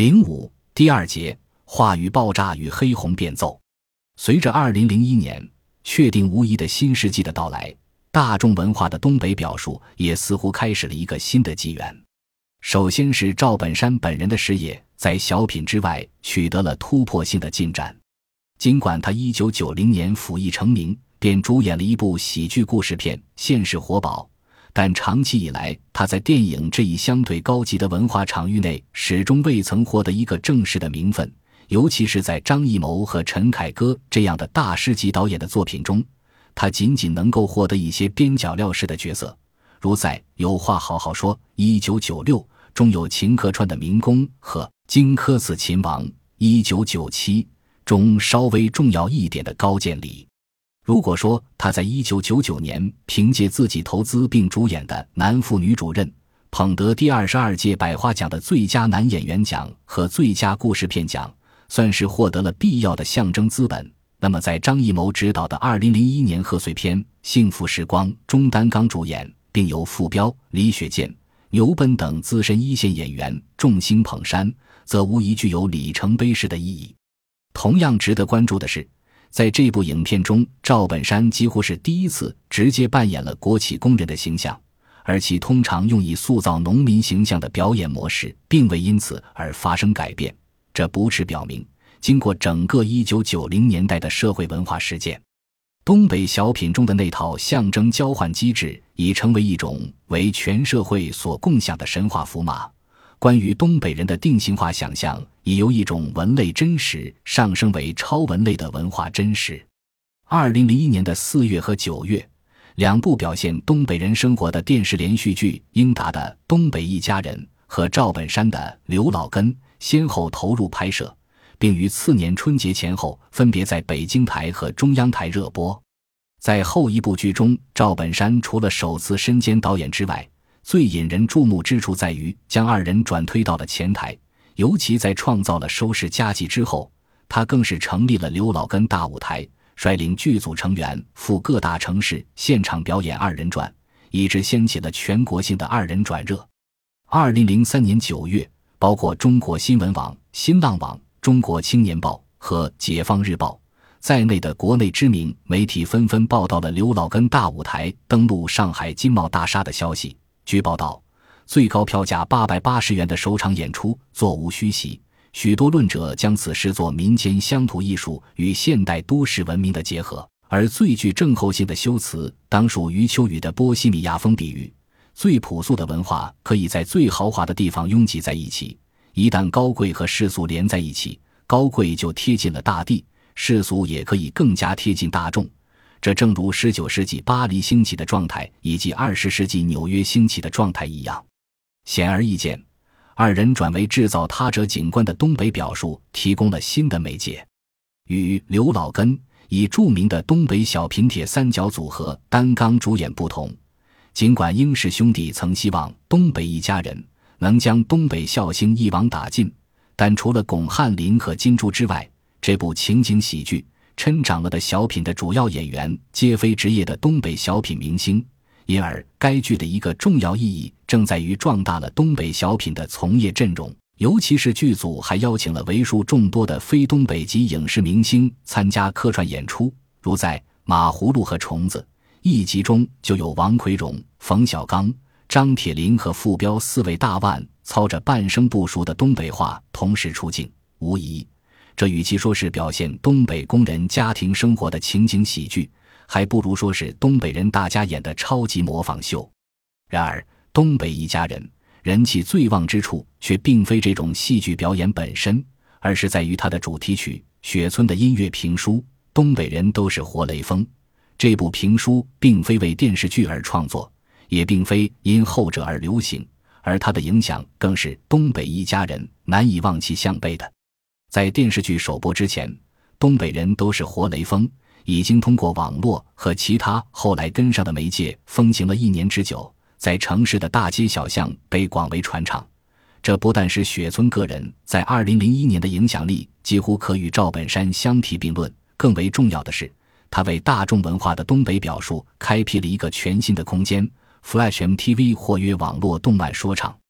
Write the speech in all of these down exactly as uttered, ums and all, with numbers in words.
零五第二节话语爆炸与黑红变奏。随着二零零一年确定无疑的新世纪的到来，大众文化的东北表述也似乎开始了一个新的纪元。首先是赵本山本人的事业在小品之外取得了突破性的进展。尽管他一九九零年甫一成名，便主演了一部喜剧故事片《现世活宝》，但长期以来他在电影这一相对高级的文化场域内始终未曾获得一个正式的名分，尤其是在张艺谋和陈凯歌这样的大师级导演的作品中，他仅仅能够获得一些边角料式的角色，如在《有话好好说》一九九六中有秦客川的民工和《荆轲刺秦王》一九九七中稍微重要一点的高渐离。如果说他在一九九九年凭借自己投资并主演的《男妇女主任》捧得第二十二届百花奖的最佳男演员奖和最佳故事片奖，算是获得了必要的象征资本，那么在张艺谋执导的二零零一年贺岁片《幸福时光》中担纲主演，并由傅彪、李雪健、牛奔等资深一线演员众星捧山，则无疑具有里程碑式的意义。同样值得关注的是，在这部影片中，赵本山几乎是第一次直接扮演了国企工人的形象，而其通常用以塑造农民形象的表演模式并未因此而发生改变。这不是表明，经过整个一九九零年代的社会文化实践，东北小品中的那套象征交换机制已成为一种为全社会所共享的神话符码。关于东北人的定型化想象已由一种文类真实上升为超文类的文化真实。二零零一年的四月和九月，两部表现东北人生活的电视连续剧英达的《东北一家人》和赵本山的《刘老根》先后投入拍摄，并于次年春节前后分别在北京台和中央台热播。在后一部剧中，赵本山除了首次身兼导演之外，最引人注目之处在于将二人转推到了前台，尤其在创造了收视佳绩之后，他更是成立了刘老根大舞台，率领剧组成员赴各大城市现场表演二人转，以致掀起了全国性的二人转热。二零零三年九月，包括中国新闻网、新浪网、中国青年报和解放日报在内的国内知名媒体纷纷报道了刘老根大舞台登陆上海金茂大厦的消息。据报道，最高票价八百八十元的首场演出座无虚席，许多论者将此视作民间乡土艺术与现代都市文明的结合，而最具症候性的修辞当属余秋雨的波西米亚风比喻。最朴素的文化可以在最豪华的地方拥挤在一起，一旦高贵和世俗连在一起，高贵就贴近了大地，世俗也可以更加贴近大众。这正如十九世纪巴黎兴起的状态以及二十世纪纽约兴起的状态一样。显而易见，二人转为制造他者景观的东北表述提供了新的媒介。与刘老根以著名的东北小品铁三角组合担纲主演不同，尽管英氏兄弟曾希望东北一家人能将东北笑星一网打尽，但除了巩汉林和金珠之外，这部情景喜剧抻长了的小品的主要演员皆非职业的东北小品明星，因而该剧的一个重要意义正在于壮大了东北小品的从业阵容，尤其是剧组还邀请了为数众多的非东北籍影视明星参加客串演出，如在《马葫芦和虫子》一集中就有王奎荣、冯小刚、张铁林和傅彪四位大腕操着半生不熟的东北话同时出镜。无疑，这与其说是表现东北工人家庭生活的情景喜剧，还不如说是东北人大家演的超级模仿秀。然而，东北一家人人气最旺之处却并非这种戏剧表演本身，而是在于它的主题曲雪村的音乐评书《东北人都是活雷锋》。这部评书并非为电视剧而创作，也并非因后者而流行，而它的影响更是东北一家人难以望其项背的。在电视剧首播之前，东北人都是活雷锋已经通过网络和其他后来跟上的媒介风行了一年之久，在城市的大街小巷被广为传唱。这不但是雪村个人在二零零一年的影响力几乎可与赵本山相提并论，更为重要的是，他为大众文化的东北表述开辟了一个全新的空间， Flash M T V 或曰网络动漫说唱。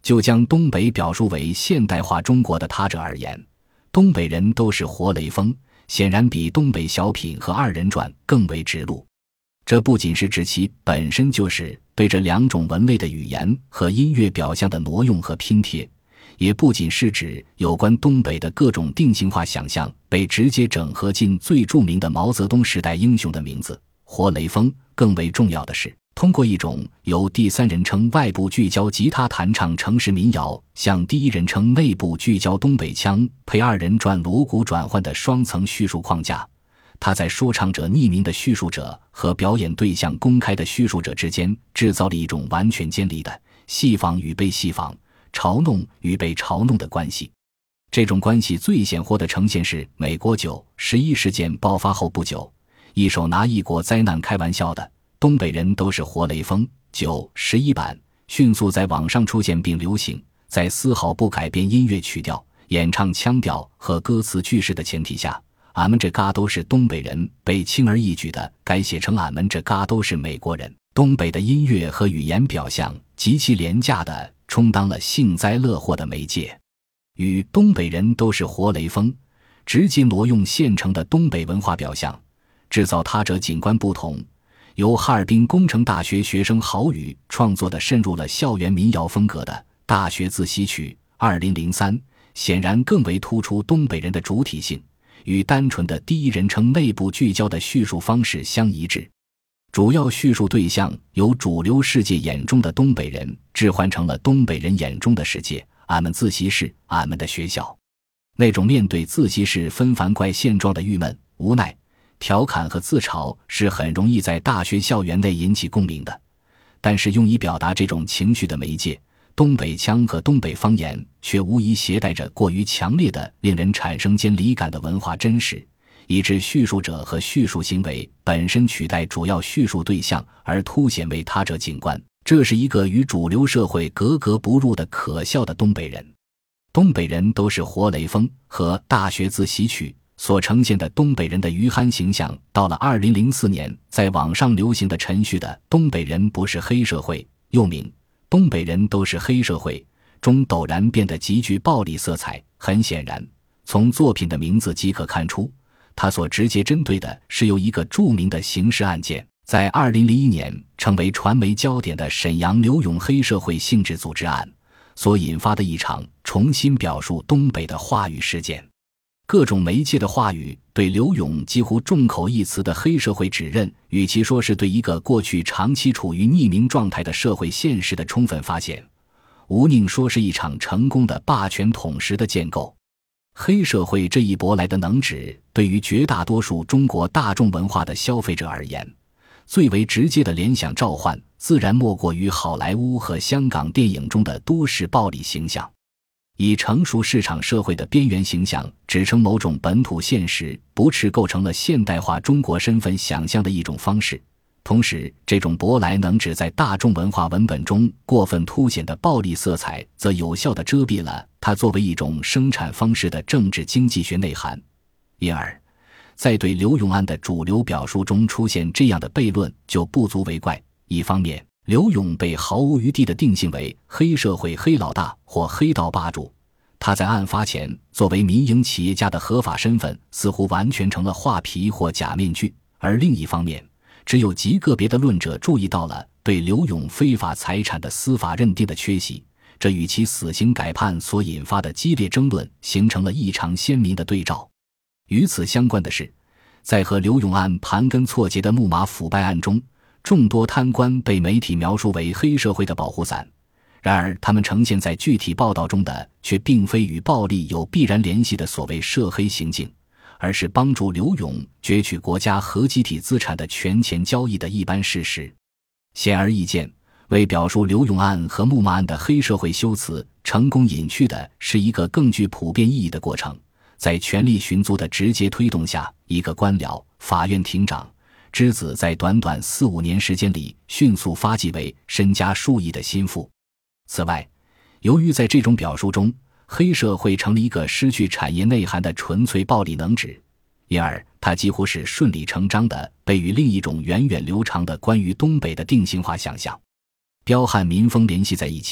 就将东北表述为现代化中国的他者而言，东北人都是活雷锋，显然比东北小品和二人转更为直露。这不仅是指其本身就是对这两种文类的语言和音乐表象的挪用和拼贴，也不仅是指有关东北的各种定型化想象被直接整合进最著名的毛泽东时代英雄的名字活雷锋。更为重要的是，通过一种由第三人称外部聚焦吉他弹唱城市民谣向第一人称内部聚焦东北腔配二人转锣鼓转换的双层叙述框架，他在说唱者匿名的叙述者和表演对象公开的叙述者之间制造了一种完全尖利的戏仿与被戏仿、嘲弄与被嘲弄的关系。这种关系最显豁的呈现是美国九十一事件爆发后不久，一首拿异国灾难开玩笑的东北人都是活雷锋九十一版迅速在网上出现并流行，在丝毫不改变音乐曲调、演唱腔调和歌词句式的前提下，俺们这嘎都是东北人被轻而易举地改写成俺们这嘎都是美国人。东北的音乐和语言表象极其廉价地充当了幸灾乐祸的媒介，与东北人都是活雷锋直接挪用现成的东北文化表象，制造他者景观不同，由哈尔滨工程大学学生郝宇创作的渗入了校园民谣风格的《大学自习曲》二零零三显然更为突出东北人的主体性，与单纯的第一人称内部聚焦的叙述方式相一致。主要叙述对象由主流世界眼中的东北人置换成了东北人眼中的世界，俺们自习室，俺们的学校。那种面对自习室纷繁怪现状的郁闷、无奈、调侃和自嘲是很容易在大学校园内引起共鸣的，但是用以表达这种情绪的媒介东北腔和东北方言却无疑携带着过于强烈的令人产生间离感的文化真实，以致叙述者和叙述行为本身取代主要叙述对象而凸显为他者景观。这是一个与主流社会格格不入的可笑的东北人。东北人都是活雷锋和大学自习曲所呈现的东北人的余憨形象，到了二零零四年在网上流行的陈旭的东北人不是黑社会，又名东北人都是黑社会中陡然变得极具暴力色彩。很显然，从作品的名字即可看出，他所直接针对的是由一个著名的刑事案件在二零零一年成为传媒焦点的沈阳刘勇黑社会性质组织案所引发的一场重新表述东北的话语事件。各种媒介的话语对刘勇几乎众口一词的黑社会指认，与其说是对一个过去长期处于匿名状态的社会现实的充分发现，无宁说是一场成功的霸权统食的建构。黑社会这一舶来的能指，对于绝大多数中国大众文化的消费者而言，最为直接的联想召唤自然莫过于好莱坞和香港电影中的都市暴力形象。以成熟市场社会的边缘形象指称某种本土现实，不啻构成了现代化中国身份想象的一种方式。同时，这种舶来能指在大众文化文本中过分凸显的暴力色彩，则有效地遮蔽了它作为一种生产方式的政治经济学内涵。因而，在对刘勇案的主流表述中出现这样的悖论就不足为怪。一方面，刘勇被毫无余地地定性为黑社会黑老大或黑道霸主，他在案发前作为民营企业家的合法身份似乎完全成了画皮或假面具。而另一方面，只有极个别的论者注意到了对刘勇非法财产的司法认定的缺席，这与其死刑改判所引发的激烈争论形成了异常鲜明的对照。与此相关的是，在和刘勇案盘根错节的木马腐败案中，众多贪官被媒体描述为黑社会的保护伞，然而他们呈现在具体报道中的却并非与暴力有必然联系的所谓涉黑行径，而是帮助刘勇攫取国家和集体资产的权钱交易的一般事实。显而易见，为表述刘勇案和木马案的黑社会修辞成功隐去的是一个更具普遍意义的过程。在权力寻租的直接推动下，一个官僚、法院庭长之子在短短四五年时间里迅速发迹为身家数亿的心腹。此外，由于在这种表述中，黑社会成了一个失去产业内涵的纯粹暴力能指，因而它几乎是顺理成章地被与另一种源远流长的关于东北的定型化想象、彪悍民风联系在一起，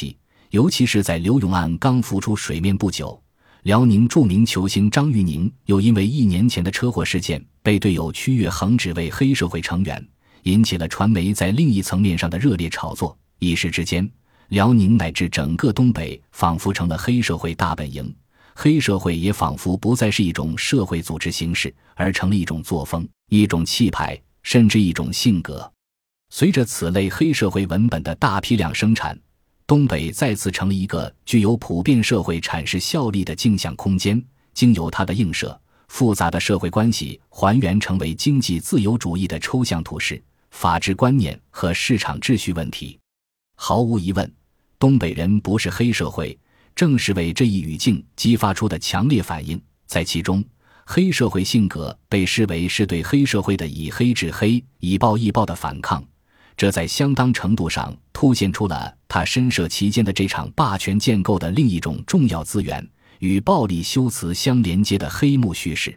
尤其是在刘永案刚浮出水面不久，辽宁著名球星张玉宁又因为一年前的车祸事件被队友曲越恒指为黑社会成员，引起了传媒在另一层面上的热烈炒作。一时之间，辽宁乃至整个东北仿佛成了黑社会大本营，黑社会也仿佛不再是一种社会组织形式，而成了一种作风、一种气派，甚至一种性格。随着此类黑社会文本的大批量生产，东北再次成了一个具有普遍社会阐释效力的镜像空间，经由它的映射，复杂的社会关系还原成为经济自由主义的抽象图式、法治观念和市场秩序问题。毫无疑问，东北人不是黑社会，正是为这一语境激发出的强烈反应。在其中，黑社会性格被视为是对黑社会的以黑治黑、以暴易暴的反抗，这在相当程度上凸显出了他身涉其间的这场霸权建构的另一种重要资源，与暴力修辞相连接的黑幕叙事。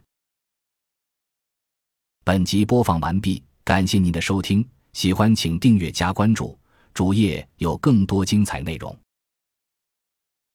本集播放完毕，感谢您的收听，喜欢请订阅加关注，主页有更多精彩内容。